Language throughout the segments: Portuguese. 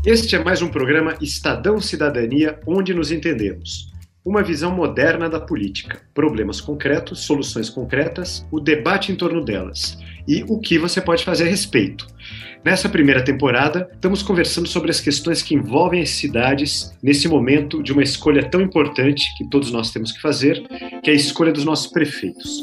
Este é mais um programa Estadão Cidadania, onde nos entendemos. Uma visão moderna da política, problemas concretos, soluções concretas, o debate em torno delas e o que você pode fazer a respeito. Nessa primeira temporada, estamos conversando sobre as questões que envolvem as cidades nesse momento de uma escolha tão importante que todos nós temos que fazer, que é a escolha dos nossos prefeitos.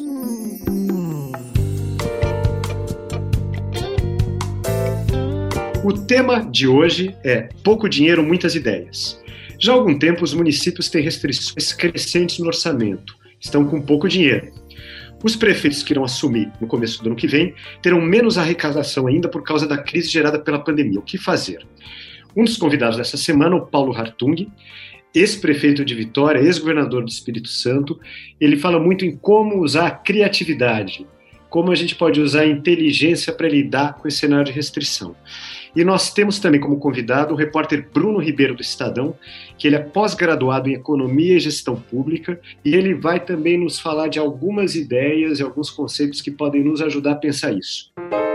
O tema de hoje é pouco dinheiro, muitas ideias. Já há algum tempo, os municípios têm restrições crescentes no orçamento, estão com pouco dinheiro. Os prefeitos que irão assumir no começo do ano que vem terão menos arrecadação ainda por causa da crise gerada pela pandemia. O que fazer? Um dos convidados dessa semana, o Paulo Hartung, ex-prefeito de Vitória, ex-governador do Espírito Santo, ele fala muito em como usar a criatividade, como a gente pode usar a inteligência para lidar com esse cenário de restrição. E nós temos também como convidado o repórter Bruno Ribeiro do Estadão, que ele é pós-graduado em Economia e Gestão Pública, e ele vai também nos falar de algumas ideias e alguns conceitos que podem nos ajudar a pensar isso.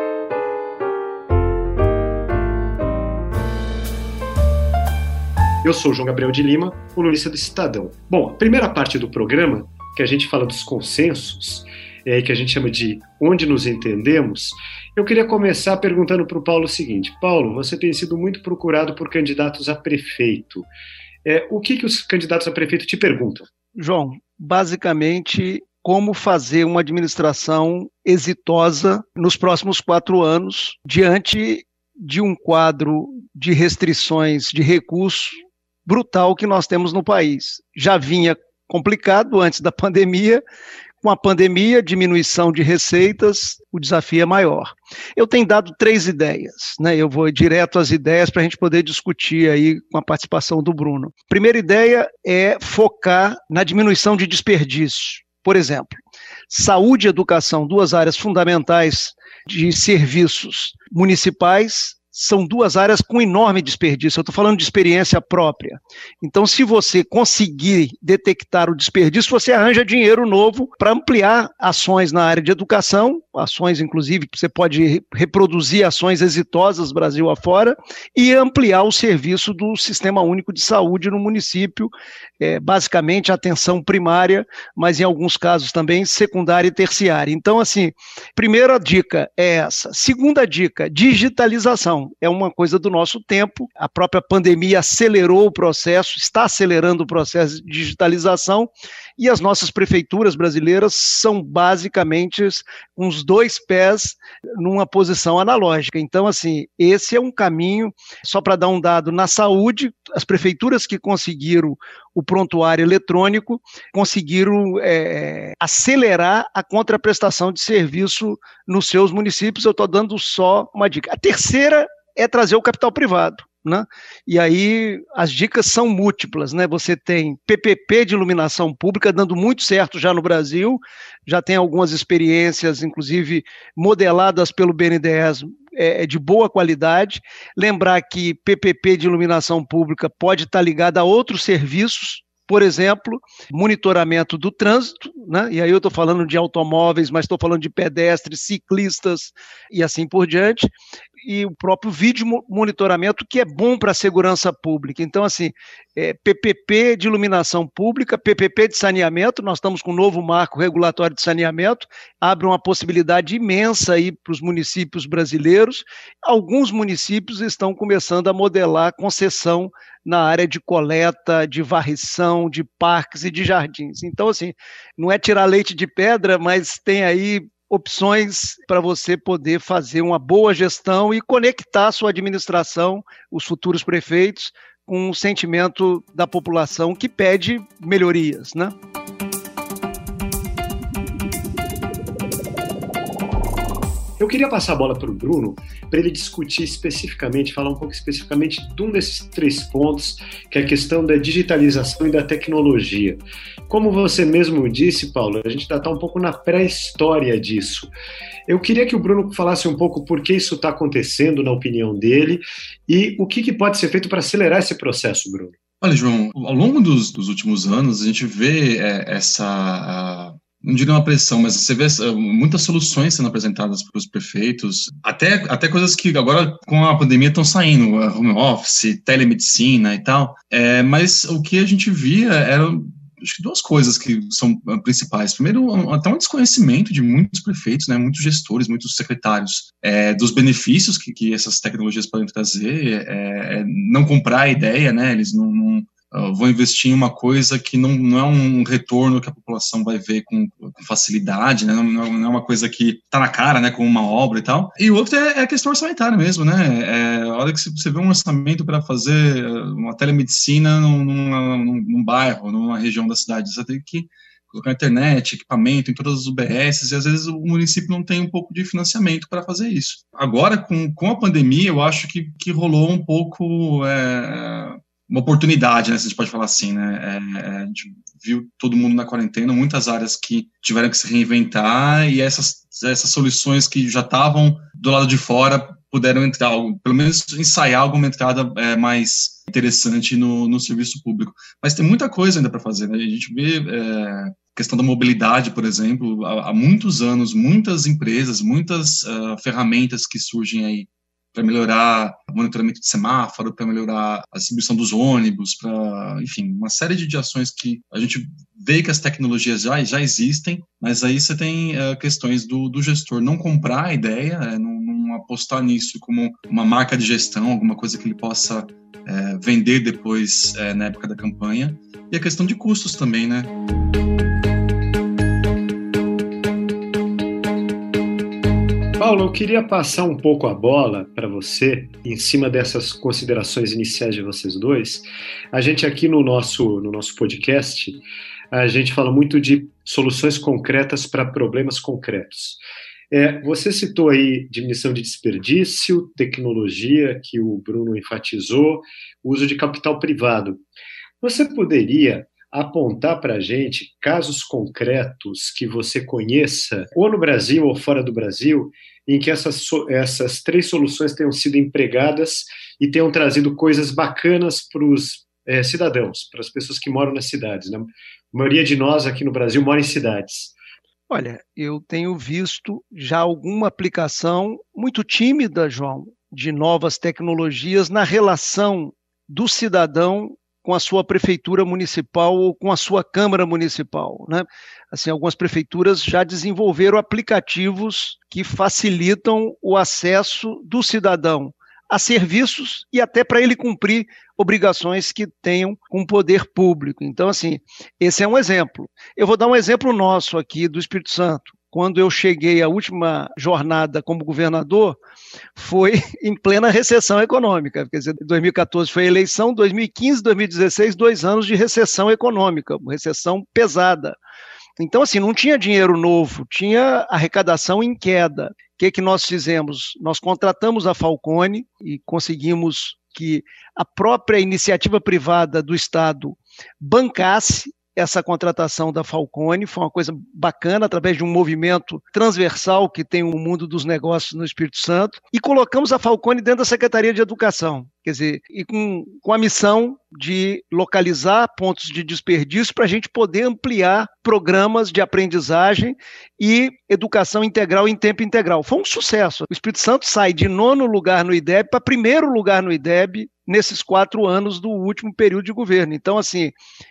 Eu sou o João Gabriel de Lima, colunista do Estadão. Bom, a primeira parte do programa, que a gente fala dos consensos, que a gente chama de onde nos entendemos, eu queria começar perguntando para o Paulo o seguinte: Paulo, você tem sido muito procurado por candidatos a prefeito. O que os candidatos a prefeito te perguntam? João, basicamente, como fazer uma administração exitosa nos próximos 4 anos, diante de um quadro de restrições de recursos brutal que nós temos no país. Já vinha complicado antes da pandemia. Com a pandemia, diminuição de receitas, o desafio é maior. Eu tenho dado 3 ideias, né? Eu vou direto às ideias para a gente poder discutir aí com a participação do Bruno. Primeira ideia é focar na diminuição de desperdício. Por exemplo, saúde e educação, 2 áreas fundamentais de serviços municipais, são 2 áreas com enorme desperdício. Eu estou falando de experiência própria. Então, se você conseguir detectar o desperdício, você arranja dinheiro novo para ampliar ações na área de educação, ações, inclusive, que você pode reproduzir ações exitosas Brasil afora, e ampliar o serviço do Sistema Único de Saúde no município, basicamente atenção primária, mas em alguns casos também secundária e terciária. Então, assim, primeira dica é essa. Segunda dica, digitalização. É uma coisa do nosso tempo, a própria pandemia acelerou o processo, está acelerando o processo de digitalização, e as nossas prefeituras brasileiras são basicamente com os 2 pés numa posição analógica. Então, assim, esse é um caminho. Só para dar um dado, na saúde, as prefeituras que conseguiram o prontuário eletrônico conseguiram acelerar a contraprestação de serviço nos seus municípios. Eu estou dando só uma dica. A terceira é trazer o capital privado, né? E aí as dicas são múltiplas, né? Você tem PPP de iluminação pública dando muito certo já no Brasil, já tem algumas experiências, inclusive modeladas pelo BNDES, de boa qualidade. Lembrar que PPP de iluminação pública pode estar ligado a outros serviços, por exemplo, monitoramento do trânsito, né? E aí eu estou falando de automóveis, mas estou falando de pedestres, ciclistas e assim por diante, e o próprio vídeo monitoramento, que é bom para a segurança pública. Então, assim, PPP de iluminação pública, PPP de saneamento, nós estamos com um novo marco regulatório de saneamento, abre uma possibilidade imensa aí para os municípios brasileiros. Alguns municípios estão começando a modelar concessão na área de coleta, de varrição, de parques e de jardins. Então, assim, não é tirar leite de pedra, mas tem aí opções para você poder fazer uma boa gestão e conectar a sua administração, os futuros prefeitos, com o sentimento da população que pede melhorias, né? Eu queria passar a bola para o Bruno, para ele discutir especificamente, falar um pouco especificamente de um desses 3 pontos, que é a questão da digitalização e da tecnologia. Como você mesmo disse, Paulo, a gente ainda está um pouco na pré-história disso. Eu queria que o Bruno falasse um pouco por que isso está acontecendo, na opinião dele, e o que pode ser feito para acelerar esse processo, Bruno. Olha, João, ao longo dos últimos anos, a gente vê não diria uma pressão, mas você vê muitas soluções sendo apresentadas para os prefeitos, até coisas que agora com a pandemia estão saindo, home office, telemedicina e tal, mas o que a gente via eram, acho que duas coisas que são principais. Primeiro, até um desconhecimento de muitos prefeitos, né, muitos gestores, muitos secretários, dos benefícios que essas tecnologias podem trazer, não comprar a ideia, né, eles não vou investir em uma coisa que não é um retorno que a população vai ver com facilidade, né? Não é uma coisa que está na cara, né, como uma obra e tal. E o outro é a questão orçamentária mesmo, né? A hora que você vê um orçamento para fazer uma telemedicina num bairro, numa região da cidade, você tem que colocar internet, equipamento em todas as UBSs, e às vezes o município não tem um pouco de financiamento para fazer isso. Agora, com a pandemia, eu acho que rolou um pouco uma oportunidade, né, se a gente pode falar assim, né, a gente viu todo mundo na quarentena, muitas áreas que tiveram que se reinventar, e essas soluções que já estavam do lado de fora puderam entrar, pelo menos ensaiar alguma entrada mais interessante no serviço público. Mas tem muita coisa ainda para fazer, né, a gente vê a questão da mobilidade, por exemplo, há muitos anos, muitas empresas, muitas ferramentas que surgem aí para melhorar o monitoramento de semáforo, para melhorar a distribuição dos ônibus, para, enfim, uma série de ações que a gente vê que as tecnologias já existem, mas aí você tem questões do gestor não comprar a ideia, não apostar nisso como uma marca de gestão, alguma coisa que ele possa vender depois na época da campanha, e a questão de custos também, né? Paulo, eu queria passar um pouco a bola para você, em cima dessas considerações iniciais de vocês dois. A gente aqui no nosso podcast, a gente fala muito de soluções concretas para problemas concretos. Você citou aí diminuição de desperdício, tecnologia, que o Bruno enfatizou, uso de capital privado. Você poderia apontar para a gente casos concretos que você conheça, ou no Brasil ou fora do Brasil, em que essas três soluções tenham sido empregadas e tenham trazido coisas bacanas para os cidadãos, para as pessoas que moram nas cidades, né? A maioria de nós aqui no Brasil mora em cidades. Olha, eu tenho visto já alguma aplicação muito tímida, João, de novas tecnologias na relação do cidadão com a sua prefeitura municipal ou com a sua Câmara Municipal, né? Assim, algumas prefeituras já desenvolveram aplicativos que facilitam o acesso do cidadão a serviços e até para ele cumprir obrigações que tenham com o poder público. Então, assim, esse é um exemplo. Eu vou dar um exemplo nosso aqui do Espírito Santo. Quando eu cheguei à última jornada como governador, foi em plena recessão econômica. Quer dizer, 2014 foi a eleição, 2015, 2016, 2 anos de recessão econômica, recessão pesada. Então, assim, não tinha dinheiro novo, tinha arrecadação em queda. O que nós fizemos? Nós contratamos a Falcone e conseguimos que a própria iniciativa privada do Estado bancasse essa contratação da Falcone. Foi uma coisa bacana, através de um movimento transversal que tem o mundo dos negócios no Espírito Santo, e colocamos a Falcone dentro da Secretaria de Educação, quer dizer, e com a missão de localizar pontos de desperdício para a gente poder ampliar programas de aprendizagem e educação integral em tempo integral. Foi um sucesso. O Espírito Santo sai de 9º lugar no IDEB para 1º lugar no IDEB nesses 4 anos do último período de governo. Então, assim,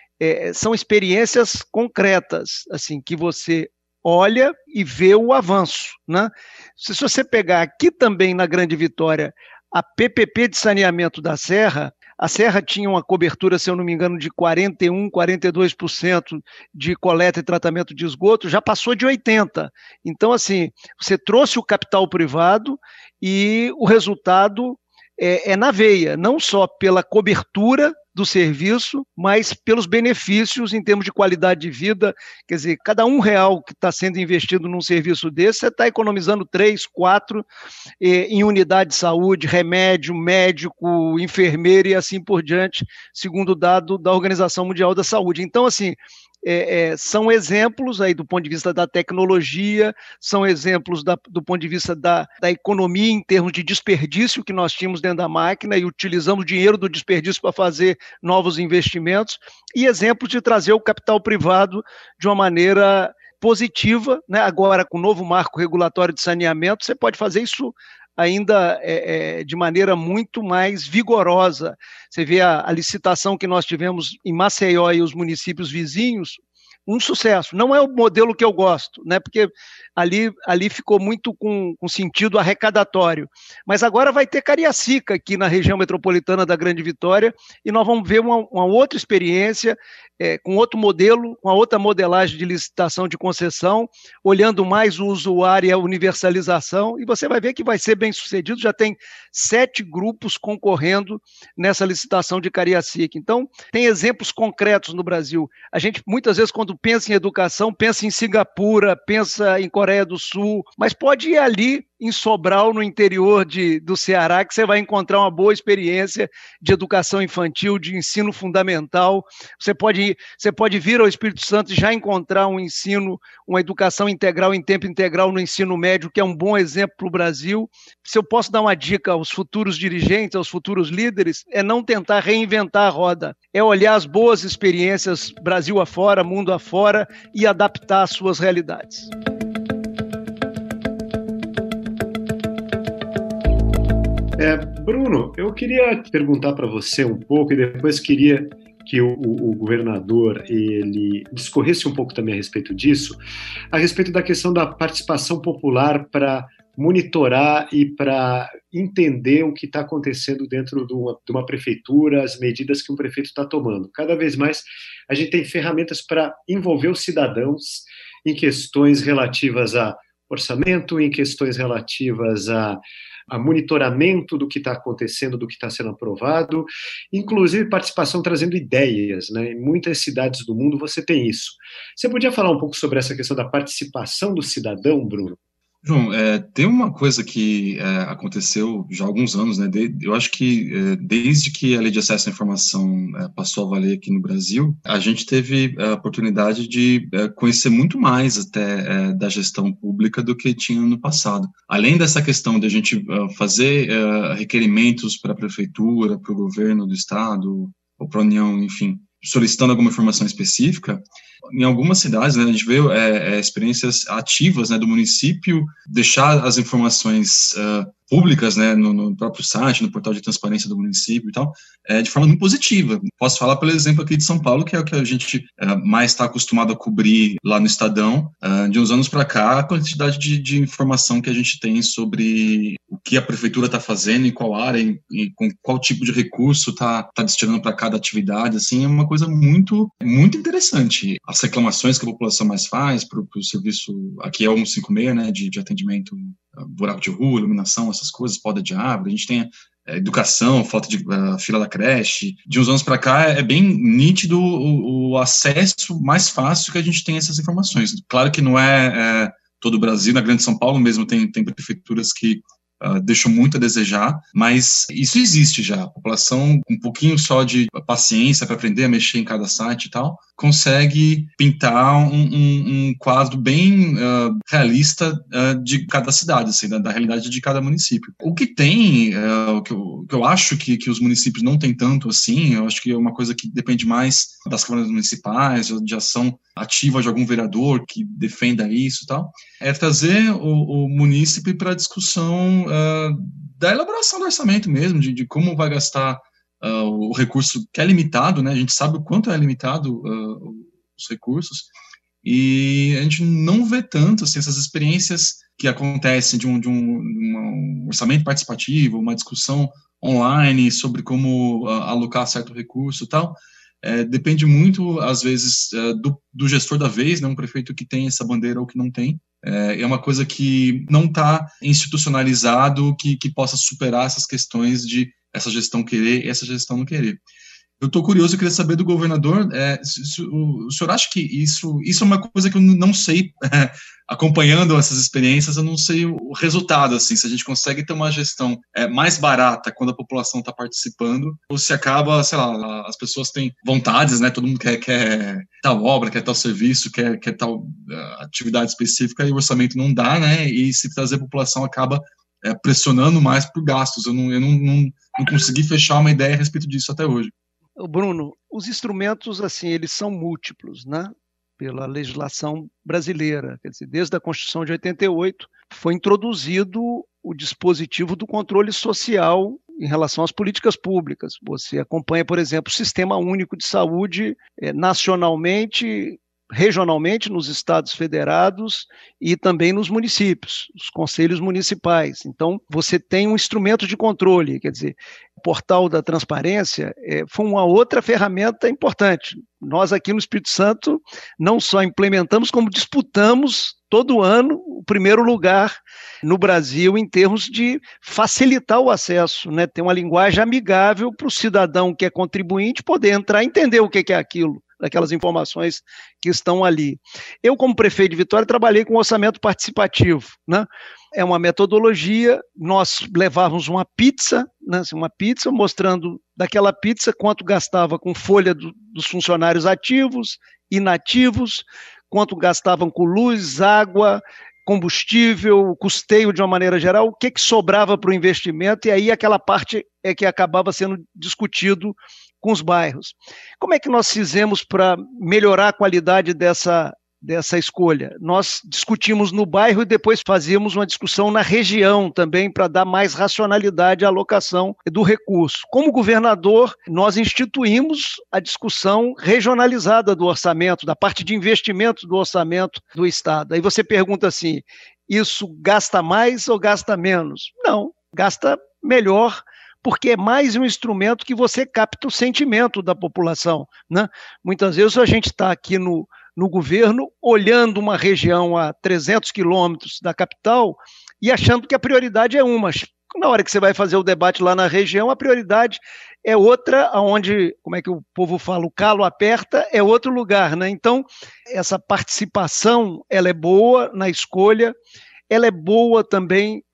são experiências concretas, assim, que você olha e vê o avanço, né? Se você pegar aqui também na Grande Vitória a PPP de saneamento da Serra, a Serra tinha uma cobertura, se eu não me engano, de 41%, 42% de coleta e tratamento de esgoto, já passou de 80%. Então, assim, você trouxe o capital privado e o resultado é na veia, não só pela cobertura do serviço, mas pelos benefícios em termos de qualidade de vida. Quer dizer, cada R$1 que está sendo investido num serviço desse, você está economizando 3, 4 em unidade de saúde, remédio, médico, enfermeiro e assim por diante, segundo o dado da Organização Mundial da Saúde. Então, assim, são exemplos aí do ponto de vista da tecnologia, são exemplos do ponto de vista da economia em termos de desperdício que nós tínhamos dentro da máquina e utilizamos o dinheiro do desperdício para fazer novos investimentos, e exemplos de trazer o capital privado de uma maneira positiva, né? Agora, com o novo marco regulatório de saneamento, você pode fazer isso ainda de maneira muito mais vigorosa. Você vê a licitação que nós tivemos em Maceió e os municípios vizinhos, um sucesso. Não é o modelo que eu gosto, né? Porque ali ficou muito com sentido arrecadatório. Mas agora vai ter Cariacica aqui na região metropolitana da Grande Vitória e nós vamos ver uma outra experiência, com outro modelo, com a outra modelagem de licitação de concessão, olhando mais o usuário e a universalização, e você vai ver que vai ser bem sucedido. Já tem 7 grupos concorrendo nessa licitação de Cariacica. Então, tem exemplos concretos no Brasil. A gente, muitas vezes, quando pensa em educação, pensa em Singapura, pensa em Coreia do Sul, mas pode ir ali em Sobral, no interior do Ceará, que você vai encontrar uma boa experiência de educação infantil, de ensino fundamental. Você pode vir ao Espírito Santo e já encontrar um ensino, uma educação integral em tempo integral no ensino médio, que é um bom exemplo para o Brasil. Se eu posso dar uma dica aos futuros dirigentes, aos futuros líderes, é não tentar reinventar a roda, é olhar as boas experiências Brasil afora, mundo afora e adaptar às suas realidades. Bruno, eu queria perguntar para você um pouco e depois queria que o governador ele discorresse um pouco também a respeito disso, a respeito da questão da participação popular para monitorar e para entender o que está acontecendo dentro de uma prefeitura, as medidas que um prefeito está tomando. Cada vez mais a gente tem ferramentas para envolver os cidadãos em questões relativas a orçamento, em questões relativas a monitoramento do que está acontecendo, do que está sendo aprovado, inclusive participação trazendo ideias, né? Em muitas cidades do mundo você tem isso. Você podia falar um pouco sobre essa questão da participação do cidadão, Bruno? João, tem uma coisa que aconteceu já há alguns anos, né? Eu acho que desde que a Lei de Acesso à Informação passou a valer aqui no Brasil, a gente teve a oportunidade de conhecer muito mais até da gestão pública do que tinha no passado. Além dessa questão de a gente fazer requerimentos para a prefeitura, para o governo do estado, ou para a União, enfim, solicitando alguma informação específica, em algumas cidades, né, a gente vê experiências ativas, né, do município deixar as informações públicas, né, no próprio site, no portal de transparência do município e tal, de forma muito positiva. Posso falar, por exemplo, aqui de São Paulo, que é o que a gente mais está acostumado a cobrir lá no Estadão. De uns anos para cá, a quantidade de informação que a gente tem sobre o que a prefeitura está fazendo, em qual área, e com qual tipo de recurso está destinando para cada atividade, assim, é uma coisa muito, muito interessante. As reclamações que a população mais faz para o serviço, aqui é o 156, né, de atendimento, buraco de rua, iluminação, essas coisas, poda de árvore, a gente tem educação, falta de fila da creche. De uns anos para cá é bem nítido o acesso mais fácil que a gente tem a essas informações. Claro que não é todo o Brasil, na Grande São Paulo mesmo tem prefeituras que deixam muito a desejar, mas isso existe já. A população, com um pouquinho só de paciência para aprender a mexer em cada site e tal, consegue pintar um quadro bem realista de cada cidade, assim, da realidade de cada município. O que tem, o que eu acho que os municípios não têm tanto assim, eu acho que é uma coisa que depende mais das câmaras municipais, de ação ativa de algum vereador que defenda isso e tal, é trazer o munícipe para a discussão da elaboração do orçamento mesmo, de como vai gastar o recurso que é limitado, né? A gente sabe o quanto é limitado os recursos, e a gente não vê tanto assim, essas experiências que acontecem de um orçamento participativo, uma discussão online sobre como alocar certo recurso e tal. Depende muito, às vezes, do gestor da vez, né, um prefeito que tem essa bandeira ou que não tem. É uma coisa que não está institucionalizado, que possa superar essas questões de essa gestão querer e essa gestão não querer. Eu estou curioso, eu queria saber do governador, o senhor acha que isso é uma coisa que eu não sei, acompanhando essas experiências, eu não sei o resultado, assim, se a gente consegue ter uma gestão mais barata quando a população está participando, ou se acaba, sei lá, as pessoas têm vontades, né, todo mundo quer tal obra, quer tal serviço, quer tal atividade específica, e o orçamento não dá, né, e se trazer a população acaba pressionando mais por gastos. Eu não consegui fechar uma ideia a respeito disso até hoje. Bruno, os instrumentos, assim, eles são múltiplos, né? pela legislação brasileira. Quer dizer, desde a Constituição de 88, foi introduzido o dispositivo do controle social em relação às políticas públicas. Você acompanha, por exemplo, o Sistema Único de Saúde nacionalmente, regionalmente, nos estados federados e também nos municípios, os conselhos municipais. Então, você tem um instrumento de controle, quer dizer, o portal da transparência foi uma outra ferramenta importante. Nós aqui no Espírito Santo não só implementamos, como disputamos todo ano o primeiro lugar no Brasil em termos de facilitar o acesso, né? Ter uma linguagem amigável para o cidadão que é contribuinte poder entrar e entender o que é aquilo, daquelas informações que estão ali. Eu, como prefeito de Vitória, trabalhei com orçamento participativo, né? É uma metodologia, nós levávamos uma pizza, né? Uma pizza mostrando daquela pizza quanto gastava com folha dos funcionários ativos, inativos, quanto gastavam com luz, água, combustível, custeio de uma maneira geral, o que sobrava para o investimento, e aí aquela parte é que acabava sendo discutido com os bairros. Como é que nós fizemos para melhorar a qualidade dessa escolha? Nós discutimos no bairro e depois fazíamos uma discussão na região também para dar mais racionalidade à alocação do recurso. Como governador, nós instituímos a discussão regionalizada do orçamento, da parte de investimento do orçamento do Estado. Aí você pergunta assim, isso gasta mais ou gasta menos? Não, gasta melhor, porque é mais um instrumento que você capta o sentimento da população, né? Muitas vezes a gente está aqui no governo olhando uma região a 300 quilômetros da capital e achando que a prioridade é uma. Na hora que você vai fazer o debate lá na região, a prioridade é outra, onde, como é que o povo fala, o calo aperta, é outro lugar, né? Então, essa participação, ela é boa na escolha, ela é boa também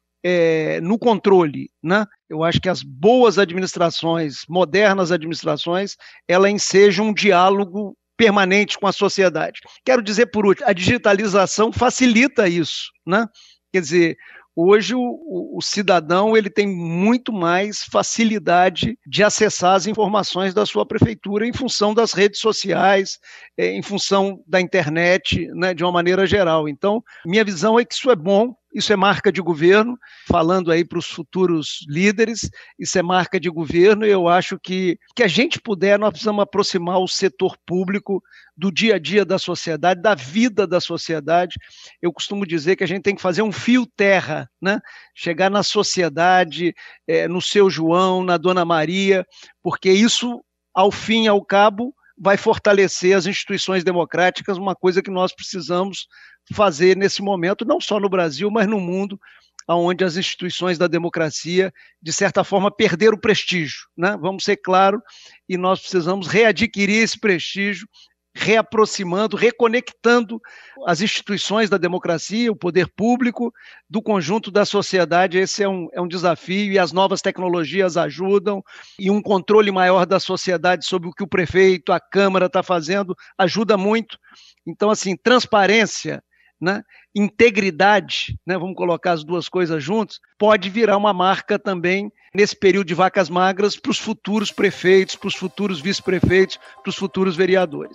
no controle, né? Eu acho que as boas administrações, modernas administrações, elas ensejam um diálogo permanente com a sociedade. Quero dizer, por último, a digitalização facilita isso, né? Quer dizer, hoje o cidadão ele tem muito mais facilidade de acessar as informações da sua prefeitura em função das redes sociais, em função da internet, né, de uma maneira geral. Então, minha visão é que isso é bom, isso é marca de governo, falando aí para os futuros líderes, isso é marca de governo, e eu acho que a gente puder, nós precisamos aproximar o setor público do dia a dia da sociedade, da vida da sociedade. Eu costumo dizer que a gente tem que fazer um fio terra, né? Chegar na sociedade, no Seu João, na Dona Maria, porque isso, ao fim e ao cabo, vai fortalecer as instituições democráticas, uma coisa que nós precisamos fazer nesse momento, não só no Brasil, mas no mundo, onde as instituições da democracia, de certa forma, perderam o prestígio, né? Vamos ser claros, e nós precisamos readquirir esse prestígio, reaproximando, reconectando as instituições da democracia, o poder público, do conjunto da sociedade. Esse é um desafio, e as novas tecnologias ajudam, e um controle maior da sociedade sobre o que o prefeito, a Câmara está fazendo, ajuda muito. Então, assim, transparência, né, integridade, né, vamos colocar as duas coisas juntas, pode virar uma marca também nesse período de vacas magras para os futuros prefeitos, para os futuros vice-prefeitos, para os futuros vereadores.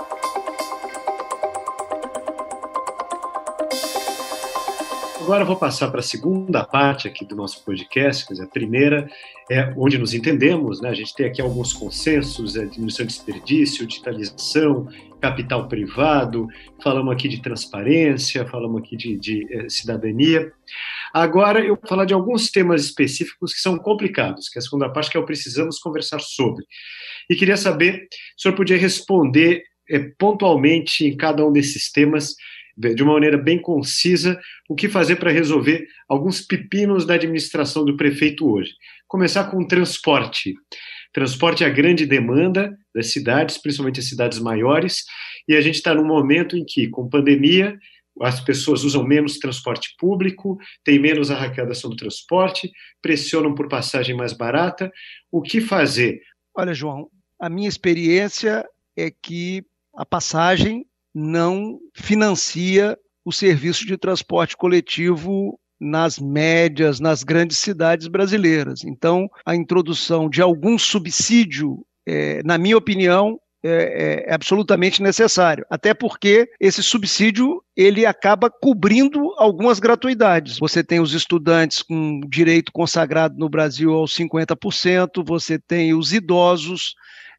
Agora eu vou passar para a segunda parte aqui do nosso podcast, quer dizer, a primeira é onde nos entendemos, né? A gente tem aqui alguns consensos, diminuição de desperdício, digitalização, capital privado, falamos aqui de transparência, falamos aqui de cidadania. Agora eu vou falar de alguns temas específicos que são complicados, que é a segunda parte, que é o precisamos conversar sobre. E queria saber, o senhor podia responder pontualmente em cada um desses temas, de uma maneira bem concisa, o que fazer para resolver alguns pepinos da administração do prefeito hoje. Começar com o transporte. Transporte é a grande demanda das cidades, principalmente as cidades maiores, e a gente está num momento em que, com pandemia, as pessoas usam menos transporte público, tem menos arrecadação do transporte, pressionam por passagem mais barata. O que fazer? Olha, João, a minha experiência é que a passagem não financia o serviço de transporte coletivo nas médias, nas grandes cidades brasileiras. Então, a introdução de algum subsídio, na minha opinião, é absolutamente necessário, até porque esse subsídio ele acaba cobrindo algumas gratuidades. Você tem os estudantes com direito consagrado no Brasil aos 50%, você tem os idosos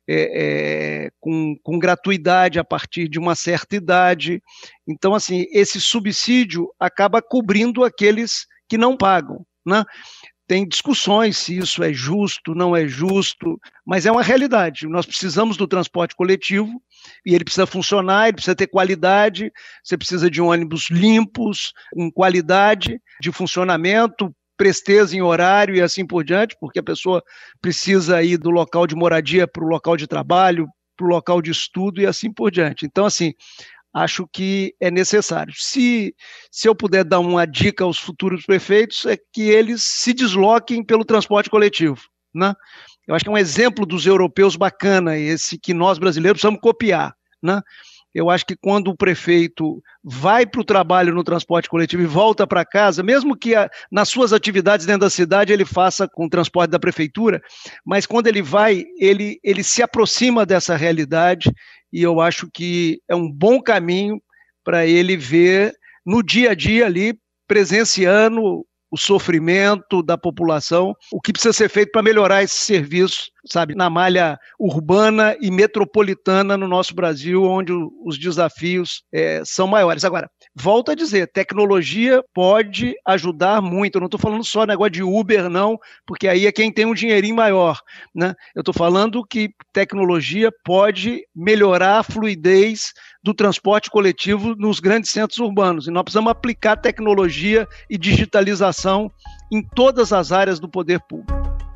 com gratuidade a partir de uma certa idade. Então, assim, esse subsídio acaba cobrindo aqueles que não pagam, né? Tem discussões se isso é justo, não é justo, mas é uma realidade. Nós precisamos do transporte coletivo e ele precisa funcionar, ele precisa ter qualidade, você precisa de ônibus limpos, com qualidade de funcionamento, presteza em horário e assim por diante, porque a pessoa precisa ir do local de moradia para o local de trabalho, para o local de estudo e assim por diante. Então, assim, acho que é necessário. Se eu puder dar uma dica aos futuros prefeitos, é que eles se desloquem pelo transporte coletivo, né? Eu acho que é um exemplo dos europeus bacana, esse que nós brasileiros precisamos copiar, né? Eu acho que quando o prefeito vai para o trabalho no transporte coletivo e volta para casa, mesmo que nas suas atividades dentro da cidade ele faça com o transporte da prefeitura, mas quando ele vai, ele se aproxima dessa realidade e eu acho que é um bom caminho para ele ver no dia a dia ali, presenciando o sofrimento da população, o que precisa ser feito para melhorar esse serviço, sabe, na malha urbana e metropolitana no nosso Brasil, onde os desafios são maiores. Agora, volto a dizer, tecnologia pode ajudar muito. Eu não estou falando só negócio de Uber, não, porque aí é quem tem um dinheirinho maior, né? Eu estou falando que tecnologia pode melhorar a fluidez do transporte coletivo nos grandes centros urbanos. E nós precisamos aplicar tecnologia e digitalização em todas as áreas do poder público.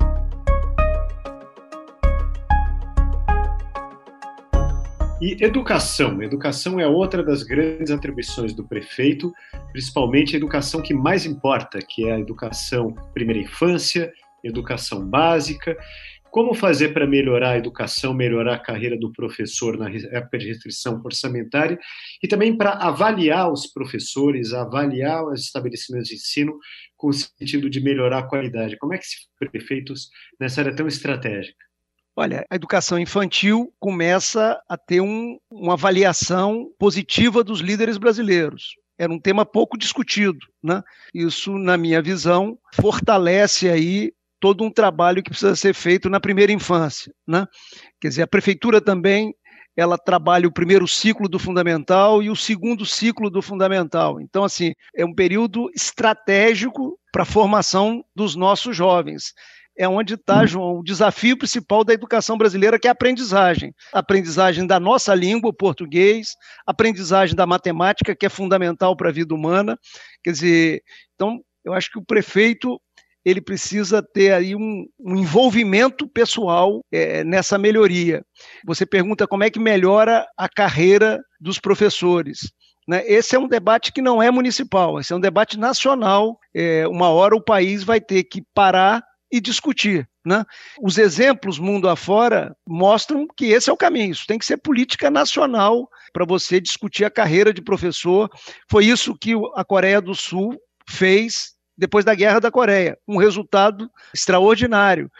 E educação. Educação é outra das grandes atribuições do prefeito, principalmente a educação que mais importa, que é a educação primeira infância, educação básica. Como fazer para melhorar a educação, melhorar a carreira do professor na época de restrição orçamentária e também para avaliar os professores, avaliar os estabelecimentos de ensino com o sentido de melhorar a qualidade? Como é que se prefeitos nessa área tão estratégica? Olha, a educação infantil começa a ter uma avaliação positiva dos líderes brasileiros. Era um tema pouco discutido, né? Isso, na minha visão, fortalece aí todo um trabalho que precisa ser feito na primeira infância, né? Quer dizer, a prefeitura também, ela trabalha o primeiro ciclo do fundamental e o segundo ciclo do fundamental. Então, assim, é um período estratégico para a formação dos nossos jovens. É onde está, João, o desafio principal da educação brasileira, que é a aprendizagem. A aprendizagem da nossa língua, o português, a aprendizagem da matemática, que é fundamental para a vida humana. Quer dizer, então, eu acho que o prefeito ele precisa ter aí um envolvimento pessoal nessa melhoria. Você pergunta como é que melhora a carreira dos professores. Né? Esse é um debate que não é municipal, esse é um debate nacional. Uma hora o país vai ter que parar e discutir. Né? Os exemplos mundo afora mostram que esse é o caminho. Isso tem que ser política nacional para você discutir a carreira de professor. Foi isso que a Coreia do Sul fez depois da Guerra da Coreia, um resultado extraordinário.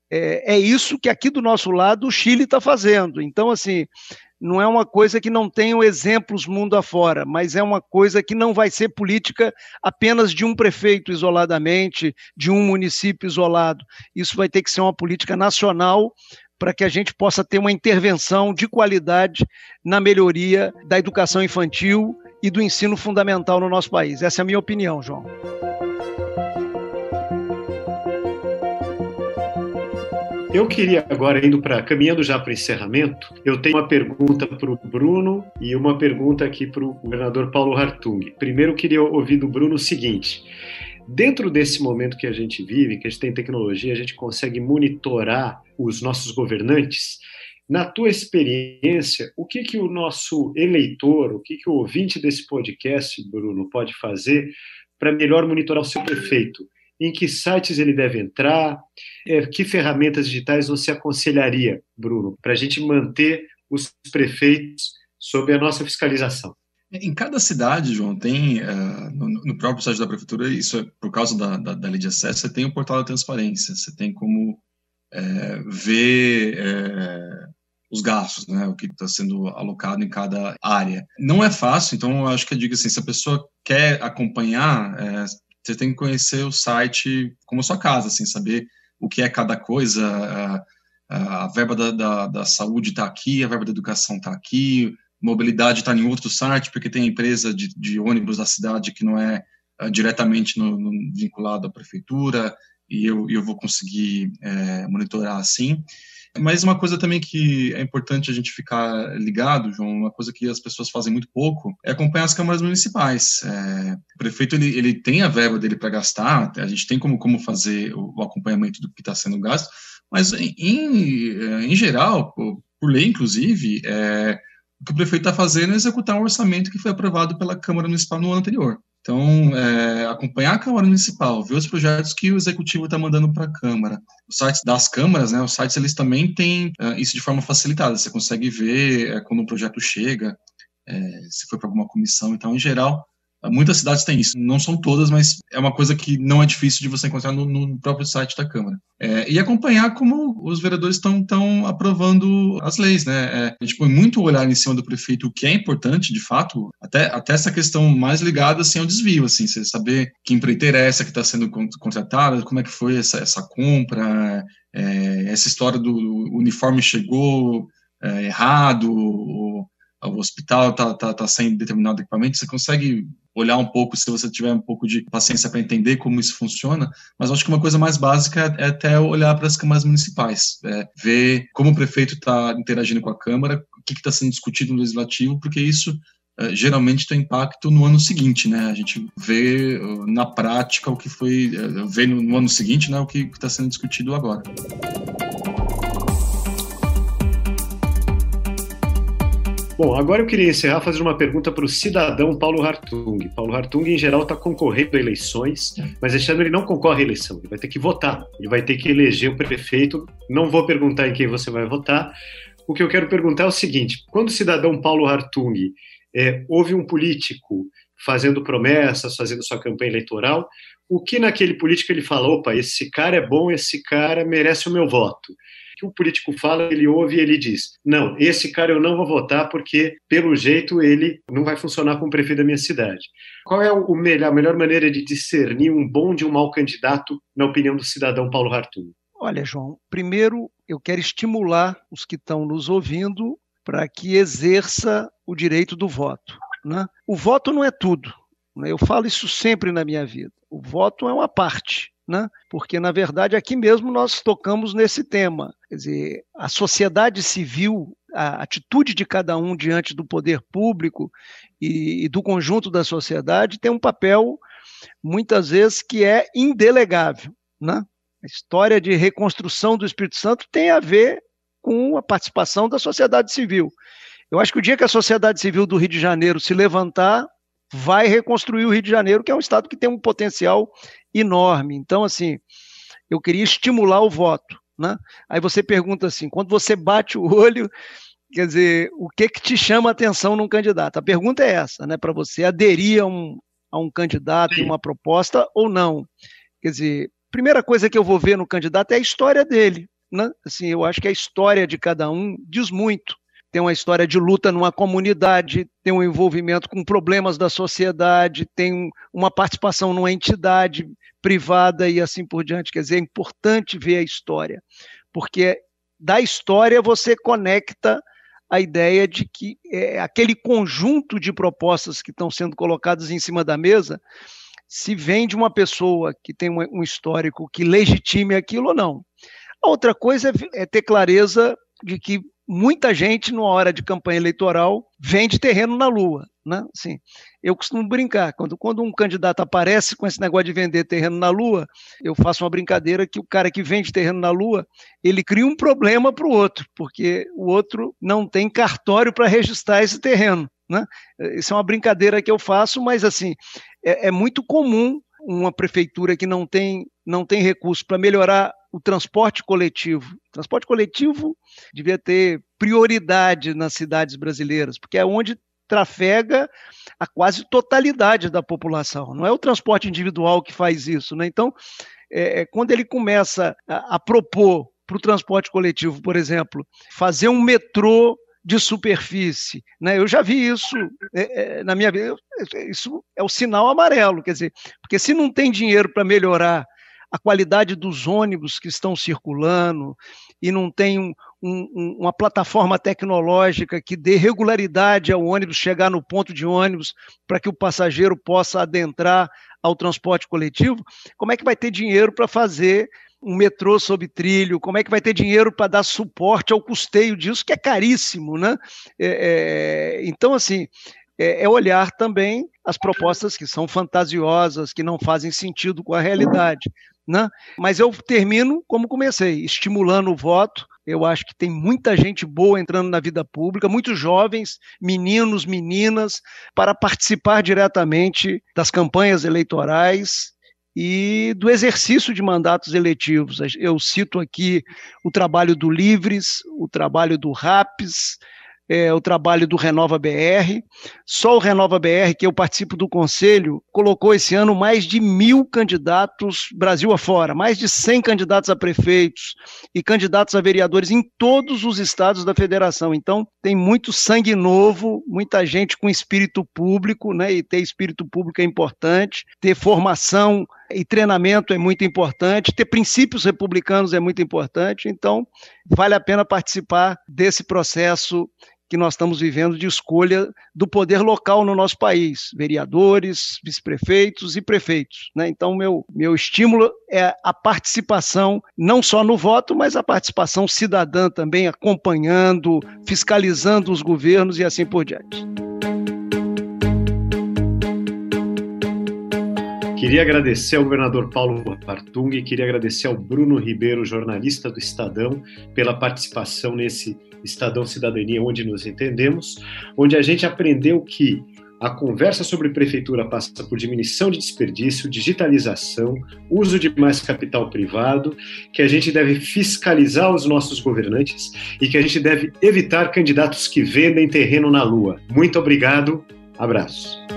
É isso que aqui do nosso lado o Chile está fazendo. Então, assim, não é uma coisa que não tenham exemplos mundo afora, mas é uma coisa que não vai ser política apenas de um prefeito isoladamente, de um município isolado. Isso vai ter que ser uma política nacional para que a gente possa ter uma intervenção de qualidade na melhoria da educação infantil e do ensino fundamental no nosso país. Essa é a minha opinião, João. Eu queria agora, caminhando já para o encerramento, eu tenho uma pergunta para o Bruno e uma pergunta aqui para o governador Paulo Hartung. Primeiro, eu queria ouvir do Bruno o seguinte: dentro desse momento que a gente vive, que a gente tem tecnologia, a gente consegue monitorar os nossos governantes. Na tua experiência, o que o nosso eleitor, o que o ouvinte desse podcast, Bruno, pode fazer para melhor monitorar o seu prefeito? Em que sites ele deve entrar? Que ferramentas digitais você aconselharia, Bruno, para a gente manter os prefeitos sob a nossa fiscalização? Em cada cidade, João, tem, no próprio site da prefeitura, isso é por causa da lei de acesso, você tem o portal da transparência, você tem como ver os gastos, né, o que está sendo alocado em cada área. Não é fácil, então eu acho que eu digo assim, se a pessoa quer acompanhar, você tem que conhecer o site como a sua casa, assim, saber o que é cada coisa, a verba da saúde está aqui, a verba da educação está aqui, mobilidade está em outro site, porque tem empresa de ônibus da cidade que não é diretamente vinculado à prefeitura, e eu vou conseguir monitorar assim. Mas uma coisa também que é importante a gente ficar ligado, João, uma coisa que as pessoas fazem muito pouco, é acompanhar as câmaras municipais. O prefeito ele tem a verba dele para gastar, a gente tem como fazer o acompanhamento do que está sendo gasto, mas em geral, por lei inclusive, o que o prefeito está fazendo é executar um orçamento que foi aprovado pela Câmara Municipal no ano anterior. Então, acompanhar a Câmara Municipal, ver os projetos que o Executivo está mandando para a Câmara. Os sites das câmaras, né, os sites, eles também têm isso de forma facilitada. Você consegue ver quando um projeto chega, se foi para alguma comissão. Então, em geral, muitas cidades têm isso. Não são todas, mas é uma coisa que não é difícil de você encontrar no próprio site da Câmara. E acompanhar como os vereadores estão aprovando as leis, né? A gente põe muito o olhar em cima do prefeito, o que é importante, de fato, até essa questão mais ligada assim, ao desvio, assim, você saber que empreiteira é essa que está sendo contratada, como é que foi essa compra, essa história do uniforme chegou errado, o hospital está sem determinado equipamento, você consegue olhar um pouco, se você tiver um pouco de paciência para entender como isso funciona, mas acho que uma coisa mais básica é até olhar para as câmaras municipais, ver como o prefeito está interagindo com a Câmara, o que está sendo discutido no Legislativo, porque isso geralmente tem impacto no ano seguinte, né? A gente vê na prática o que foi, vê no ano seguinte, né, o que está sendo discutido agora. Bom, agora eu queria encerrar fazendo uma pergunta para o cidadão Paulo Hartung. Paulo Hartung, em geral, está concorrendo a eleições, mas esse ano ele não concorre à eleição, ele vai ter que votar, ele vai ter que eleger o prefeito. Não vou perguntar em quem você vai votar. O que eu quero perguntar é o seguinte: quando o cidadão Paulo Hartung ouve um político fazendo promessas, fazendo sua campanha eleitoral, o que naquele político ele fala? Opa, esse cara é bom, esse cara merece o meu voto. Que o político fala, ele ouve e ele diz: não, esse cara eu não vou votar porque, pelo jeito, ele não vai funcionar como prefeito da minha cidade. Qual é a melhor maneira de discernir um bom de um mau candidato, na opinião do cidadão Paulo Hartung? Olha, João, primeiro eu quero estimular os que estão nos ouvindo para que exerça o direito do voto, né? O voto não é tudo, né? Eu falo isso sempre na minha vida. O voto é uma parte, né? Porque, na verdade, aqui mesmo nós tocamos nesse tema. Quer dizer, a sociedade civil, a atitude de cada um diante do poder público e do conjunto da sociedade tem um papel, muitas vezes, que é indelegável, né? A história de reconstrução do Espírito Santo tem a ver com a participação da sociedade civil. Eu acho que o dia que a sociedade civil do Rio de Janeiro se levantar, vai reconstruir o Rio de Janeiro, que é um estado que tem um potencial enorme. Então, assim, eu queria estimular o voto, né? Aí você pergunta assim, quando você bate o olho, quer dizer, o que te chama a atenção num candidato? A pergunta é essa, né? Para você aderir a um candidato e uma proposta ou não. Quer dizer, primeira coisa que eu vou ver no candidato é a história dele, né? Assim, eu acho que a história de cada um diz muito. Tem uma história de luta numa comunidade, tem um envolvimento com problemas da sociedade, tem uma participação numa entidade privada e assim por diante. Quer dizer, é importante ver a história, porque da história você conecta a ideia de que aquele conjunto de propostas que estão sendo colocadas em cima da mesa, se vem de uma pessoa que tem um histórico que legitime aquilo ou não. A outra coisa é ter clareza de que muita gente, numa hora de campanha eleitoral, vende terreno na Lua, né? Assim, eu costumo brincar, quando um candidato aparece com esse negócio de vender terreno na Lua, eu faço uma brincadeira que o cara que vende terreno na Lua, ele cria um problema para o outro, porque o outro não tem cartório para registrar esse terreno, né? Isso é uma brincadeira que eu faço, mas assim, é muito comum uma prefeitura que não tem recurso para melhorar o transporte coletivo. O transporte coletivo devia ter prioridade nas cidades brasileiras, porque é onde trafega a quase totalidade da população. Não é o transporte individual que faz isso, né? Então, quando ele começa a propor para o transporte coletivo, por exemplo, fazer um metrô de superfície, né? Eu já vi isso na minha vida. Isso é o sinal amarelo, quer dizer, porque se não tem dinheiro para melhorar a qualidade dos ônibus que estão circulando e não tem uma plataforma tecnológica que dê regularidade ao ônibus chegar no ponto de ônibus para que o passageiro possa adentrar ao transporte coletivo, como é que vai ter dinheiro para fazer um metrô sob trilho? Como é que vai ter dinheiro para dar suporte ao custeio disso, que é caríssimo, né? Então, assim, é olhar também as propostas que são fantasiosas, que não fazem sentido com a realidade, né? Mas eu termino como comecei, estimulando o voto. Eu acho que tem muita gente boa entrando na vida pública, muitos jovens, meninos, meninas, para participar diretamente das campanhas eleitorais e do exercício de mandatos eletivos. Eu cito aqui o trabalho do Livres, o trabalho do RAPS, o trabalho do Renova BR. Só o Renova BR, que eu participo do conselho, colocou esse ano mais de 1.000 candidatos Brasil afora, mais de 100 candidatos a prefeitos e candidatos a vereadores em todos os estados da federação. Então, tem muito sangue novo, muita gente com espírito público, né? E ter espírito público é importante, ter formação e treinamento é muito importante, ter princípios republicanos é muito importante. Então, vale a pena participar desse processo que nós estamos vivendo de escolha do poder local no nosso país, vereadores, vice-prefeitos e prefeitos, né? Então, meu estímulo é a participação, não só no voto, mas a participação cidadã também, acompanhando, fiscalizando os governos e assim por diante. Queria agradecer ao governador Paulo Hartung e queria agradecer ao Bruno Ribeiro, jornalista do Estadão, pela participação nesse Estadão Cidadania, onde nos entendemos, onde a gente aprendeu que a conversa sobre prefeitura passa por diminuição de desperdício, digitalização, uso de mais capital privado, que a gente deve fiscalizar os nossos governantes e que a gente deve evitar candidatos que vendem terreno na lua. Muito obrigado, abraço.